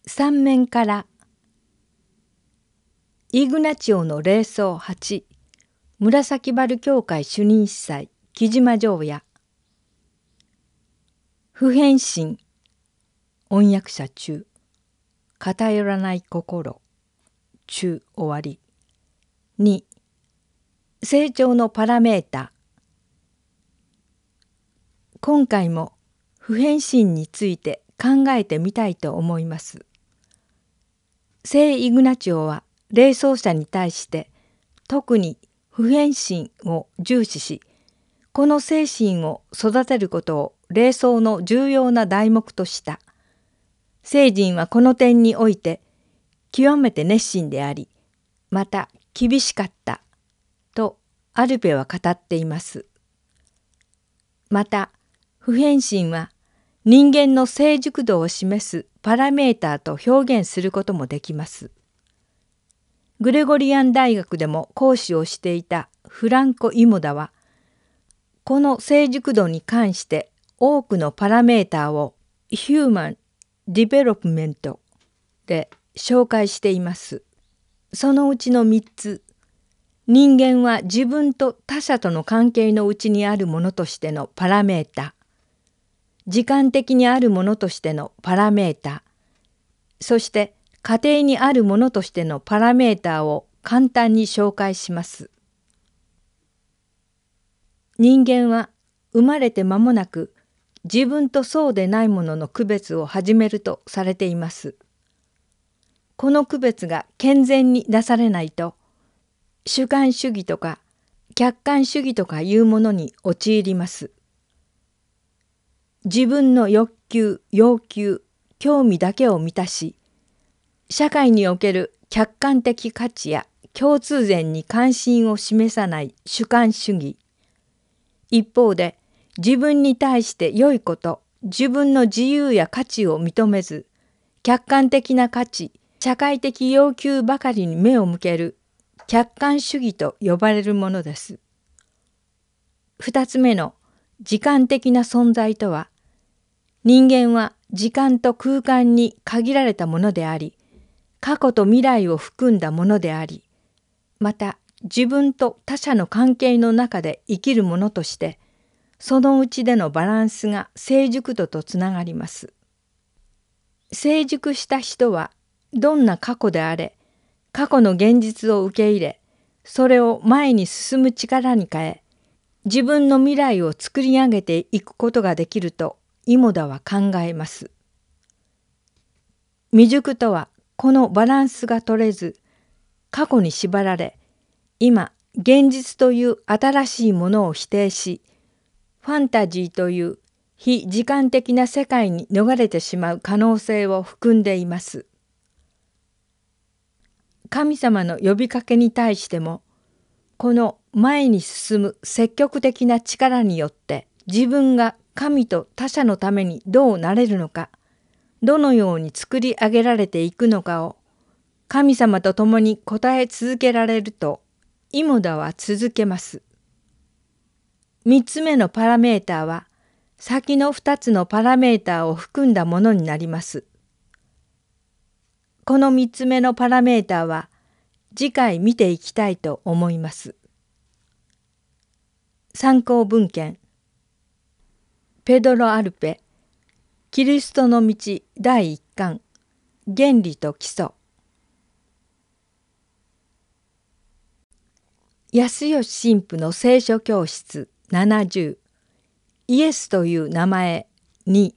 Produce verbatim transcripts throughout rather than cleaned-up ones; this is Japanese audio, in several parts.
三面からイグナチオの霊草はち紫原教会主任司祭木島城也不変心翻訳者中偏らない心中終わりに成長のパラメータ。今回も不変心について考えてみたいと思います。聖イグナチオは霊草者に対して特に不変心を重視し、この精神を育てることを霊草の重要な題目とした。聖人はこの点において極めて熱心であり、また厳しかったとアルペは語っています。また不変心は人間の成熟度を示すパラメーターと表現することもできます。グレゴリアン大学でも講師をしていたフランコ・イモダは、この成熟度に関して多くのパラメーターをヒューマン・ディベロップメントで紹介しています。そのうちのみっつ、人間は自分と他者との関係のうちにあるものとしてのパラメータ、時間的にあるものとしてのパラメータ、そして家庭にあるものとしてのパラメータを簡単に紹介します。人間は生まれて間もなく自分とそうでないものの区別を始めるとされています。この区別が健全になされないと、主観主義とか客観主義とかいうものに陥ります。自分の欲求、要求、興味だけを満たし、社会における客観的価値や共通点に関心を示さない主観主義。一方で自分に対して良いこと、自分の自由や価値を認めず、客観的な価値、社会的要求ばかりに目を向ける客観主義と呼ばれるものです。二つ目の時間的な存在とは、人間は時間と空間に限られたものであり、過去と未来を含んだものであり、また自分と他者の関係の中で生きるものとして、そのうちでのバランスが成熟度とつながります。成熟した人はどんな過去であれ、過去の現実を受け入れ、それを前に進む力に変え、自分の未来を作り上げていくことができるとイモダは考えます。未熟とはこのバランスが取れず、過去に縛られ、今現実という新しいものを否定し、ファンタジーという非時間的な世界に逃れてしまう可能性を含んでいます。神様の呼びかけに対しても、この前に進む積極的な力によって自分が神と他者のためにどうなれるのか、どのように作り上げられていくのかを神様と共に答え続けられるとイモダは続けます。三つ目のパラメーターは先の二つのパラメーターを含んだものになります。この三つ目のパラメーターは次回見ていきたいと思います。参考文献ペドロ・アルペキリストの道だいいっかん原理と基礎安吉神父の聖書教室ななじゅうイエスという名前に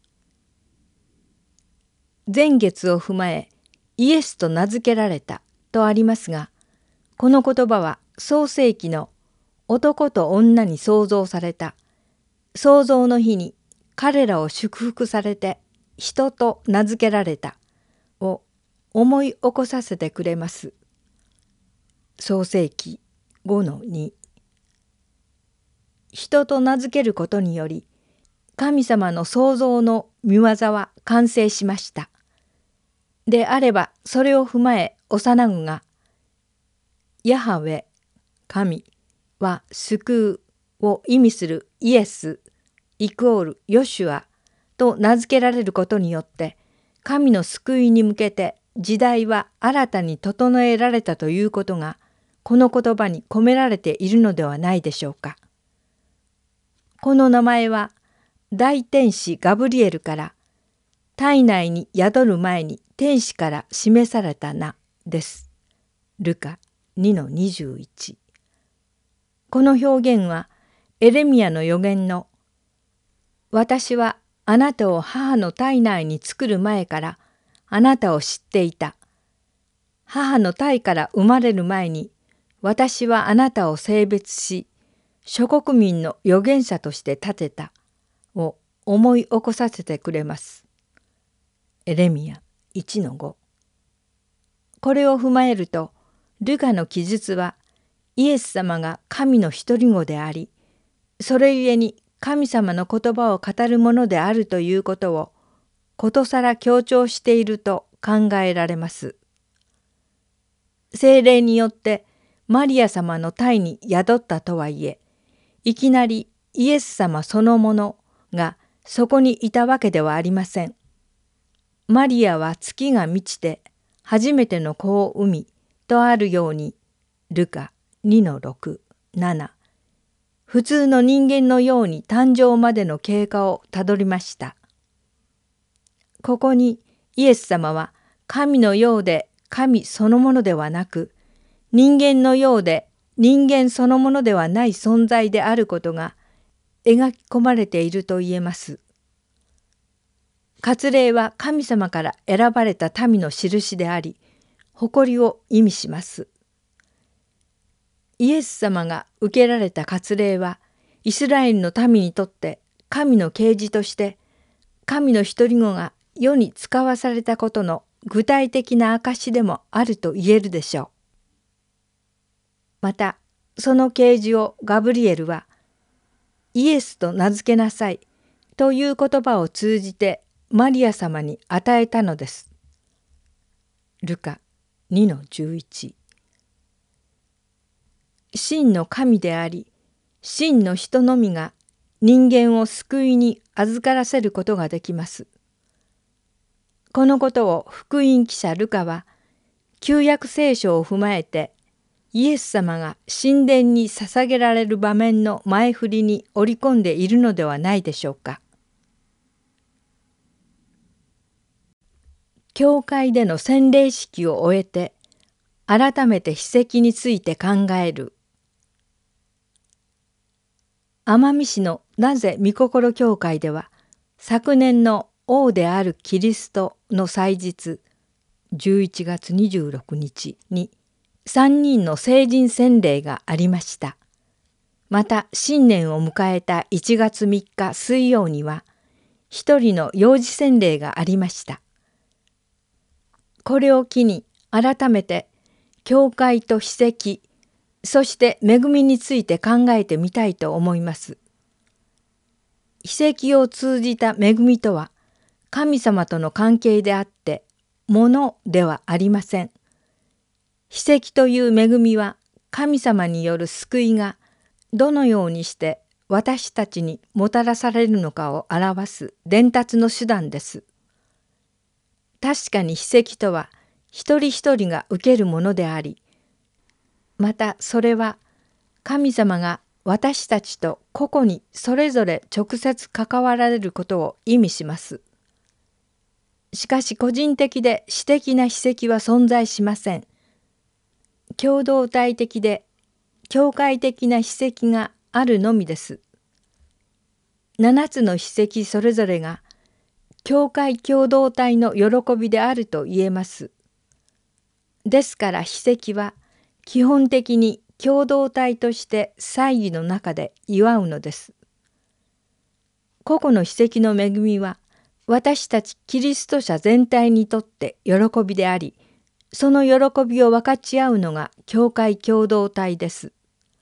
前月を踏まえイエスと名付けられたとありますが、この言葉は創世記の男と女に創造された創造の日に彼らを祝福されて人と名付けられたを思い起こさせてくれます。創世記 ごのに。人と名付けることにより神様の創造の御業は完成しました。であればそれを踏まえ幼子がヤハウェ神は救うを意味するイエスイコールヨシュアと名付けられることによって神の救いに向けて時代は新たに整えられたということが、この言葉に込められているのではないでしょうか。この名前は大天使ガブリエルから体内に宿る前に天使から示された名です。ルカ にのにじゅういち。この表現はエレミヤの預言の私はあなたを母の体内に作る前からあなたを知っていた。母の体から生まれる前に私はあなたを性別し、諸国民の預言者として立てたを思い起こさせてくれます。エレミヤ いちのご。これを踏まえると、ルカの記述はイエス様が神の独り子であり、それゆえに神様の言葉を語るものであるということをことさら強調していると考えられます。聖霊によってマリア様の胎に宿ったとはいえ、いきなりイエス様そのものがそこにいたわけではありません。マリアは月が満ちて初めての子を産みとあるように、ルカ にのろく、なな、普通の人間のように誕生までの経過をたどりました。ここにイエス様は神のようで神そのものではなく、人間のようで人間そのものではない存在であることが描き込まれていると言えます。割礼は神様から選ばれた民の印であり、誇りを意味します。イエス様が受けられた割礼は、イスラエルの民にとって神の啓示として、神の独り子が世に使わされたことの具体的な証でもあると言えるでしょう。また、その啓示をガブリエルは、イエスと名付けなさいという言葉を通じてマリア様に与えたのです。ルカ にのじゅういち。真の神であり、真の人のみが人間を救いに預からせることができます。このことを福音記者ルカは、旧約聖書を踏まえて、イエス様が神殿に捧げられる場面の前振りに織り込んでいるのではないでしょうか。教会での洗礼式を終えて、改めて秘跡について考える。奄美市のなぜ御心教会では、昨年の王であるキリストの祭日、じゅういちがつにじゅうろくにちにさんにんの聖人洗礼がありました。また新年を迎えたいちがつみっか水曜には、一人の幼児洗礼がありました。これを機に改めて教会と秘跡、そして恵みについて考えてみたいと思います。秘跡を通じた恵みとは、神様との関係であって、ものではありません。秘跡という恵みは、神様による救いがどのようにして私たちにもたらされるのかを表す伝達の手段です。確かに秘跡とは、一人一人が受けるものであり、またそれは神様が私たちと個々にそれぞれ直接関わられることを意味します。しかし個人的で私的な秘跡は存在しません。共同体的で教会的な秘跡があるのみです。七つの秘跡それぞれが教会共同体の喜びであると言えます。ですから秘跡は基本的に共同体として祭儀の中で祝うのです。個々の秘跡の恵みは私たちキリスト者全体にとって喜びであり、その喜びを分かち合うのが教会共同体です。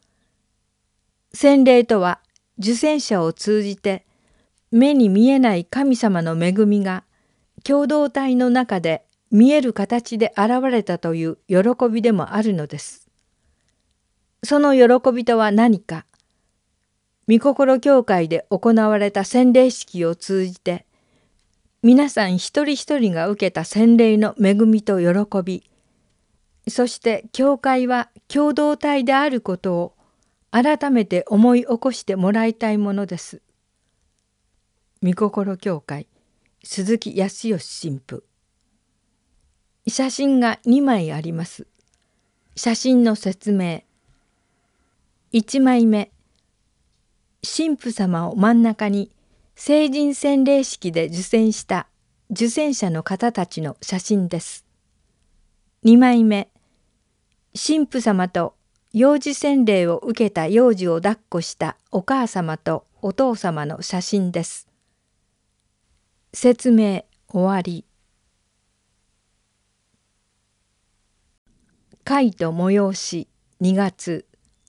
洗礼とは受洗者を通じて目に見えない神様の恵みが共同体の中で見える形で現れたという喜びでもあるのです。その喜びとは何か、御心教会で行われた洗礼式を通じて、 皆さん一人一人が受けた洗礼の恵みと喜び、そして教会は共同体であることを改めて思い起こしてもらいたいものです。御心教会鈴木康義神父。写真がにまいあります。写真の説明。いちまいめ、神父様を真ん中に成人洗礼式で受洗した受洗者の方たちの写真です。にまいめ、神父様と幼児洗礼を受けた幼児を抱っこしたお母様とお父様の写真です。説明終わり。会と催しにがつ。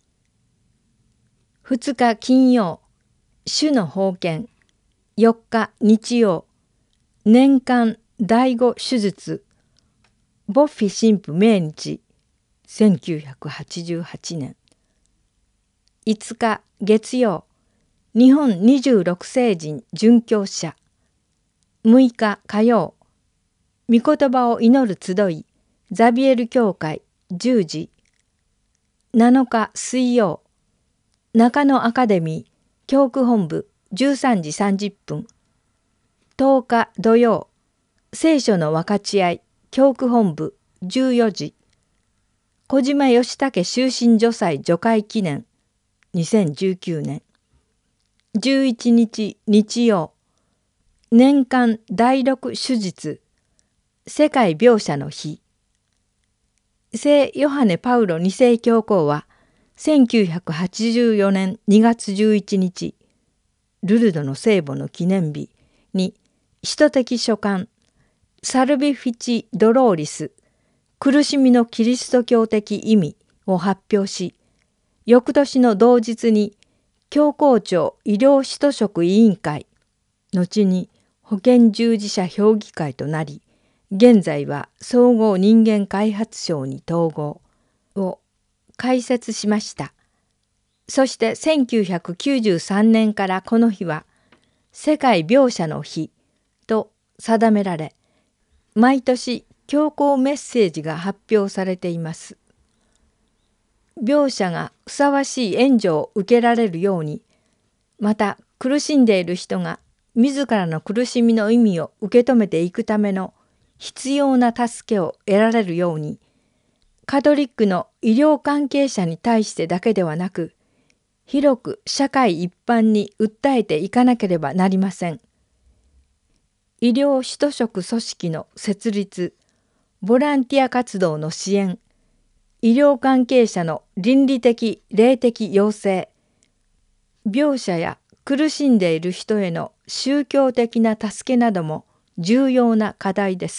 ふつか金曜、主の奉献。よっか日曜、年間第五手術。ボッフィ神父命日。せんきゅうひゃくはちじゅうはちねん。いつか月曜、日本にじゅうろくせいじん殉教者。むいか火曜、御言葉を祈る集い、ザビエル教会じゅうじ。なのか水曜、中野アカデミー教区本部じゅうさんじさんじゅっぷん。とおか土曜、聖書の分かち合い教区本部じゅうよじ。小島義武終身女祭除会記念にせんじゅうきゅうねん。じゅういちにち日曜、年間第六手術。世界病者の日。聖ヨハネ・パウロにせい教皇はせんきゅうひゃくはちじゅうよねんにがつじゅういちにち、ルルドの聖母の記念日に使徒的書簡サルビフィチ・ドローリス、苦しみのキリスト教的意味を発表し、翌年の同日に教皇庁医療使徒職委員会、後に保健従事者評議会となり、現在は総合人間開発省に統合を開設しました。そしてせんきゅうひゃくきゅうじゅうさんねんからこの日は世界病者の日と定められ、毎年教皇メッセージが発表されています。病者がふさわしい援助を受けられるように、また苦しんでいる人が自らの苦しみの意味を受け止めていくための必要な助けを得られるように、カトリックの医療関係者に対してだけではなく、広く社会一般に訴えていかなければなりません。医療使徒職組織の設立、ボランティア活動の支援、医療関係者の倫理的・霊的養成、病者や苦しんでいる人への宗教的な助けなども重要な課題です。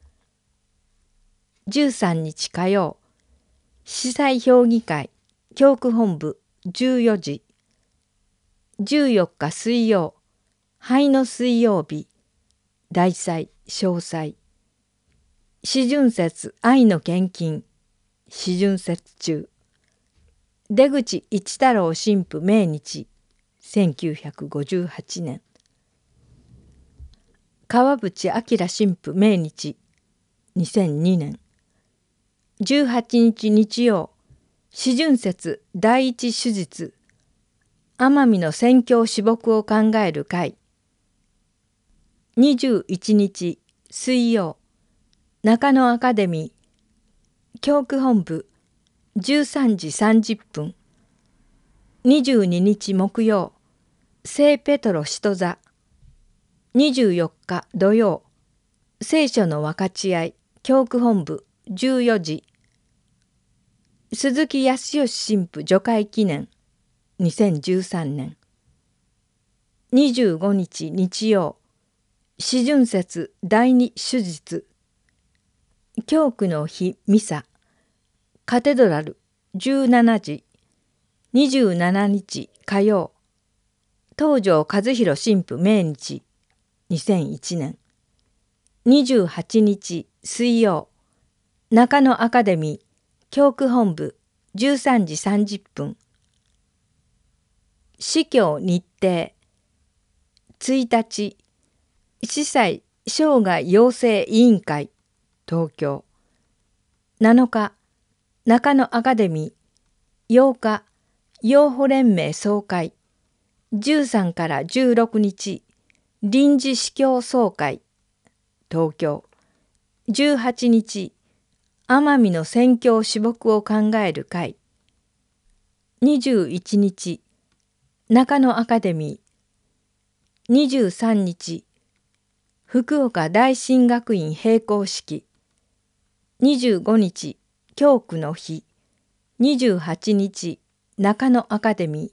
じゅうさんにち火曜、司祭評議会教区本部じゅうよじ。じゅうよっか水曜、灰の水曜日、大祭小祭。四旬節愛の献金、四旬節中。出口一太郎神父命日、せんきゅうひゃくごじゅうはちねん。川淵明神父命日、にせんにねん。じゅうはちにち日曜、四旬節第一手術、奄美の宣教師牧を考える会。にじゅういちにち水曜、中野アカデミー教区本部じゅうさんじさんじゅっぷん。にじゅうににち木曜、聖ペトロ使徒座。にじゅうよっか土曜、聖書の分かち合い教区本部じゅうよじ。鈴木康義神父除会記念にせんじゅうさんねん。にじゅうごにち日曜、四旬節第二手術。教区の日ミサ、カテドラルじゅうしちじ。にじゅうしちにち火曜、東條和弘神父命日、にせんいちねん。にじゅうはちにち水曜、中野アカデミー教区本部じゅうさんじさんじゅっぷん。司教日程。ついたち、 司祭生涯養成委員会東京。なのか中野アカデミー。ようか養護連盟総会。じゅうさんからじゅうろくにち臨時司教総会東京。じゅうはちにち奄美の宣教師牧を考える会。にじゅういちにち中野アカデミー。にじゅうさんにち福岡大神学院閉校式。にじゅうごにち教区の日。にじゅうはちにち中野アカデミー。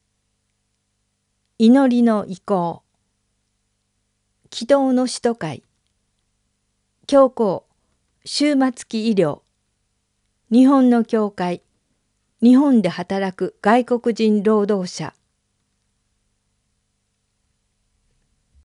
祈りの意向。祈祷の使徒会。教皇終末期医療。日本の教会。日本で働く外国人労働者。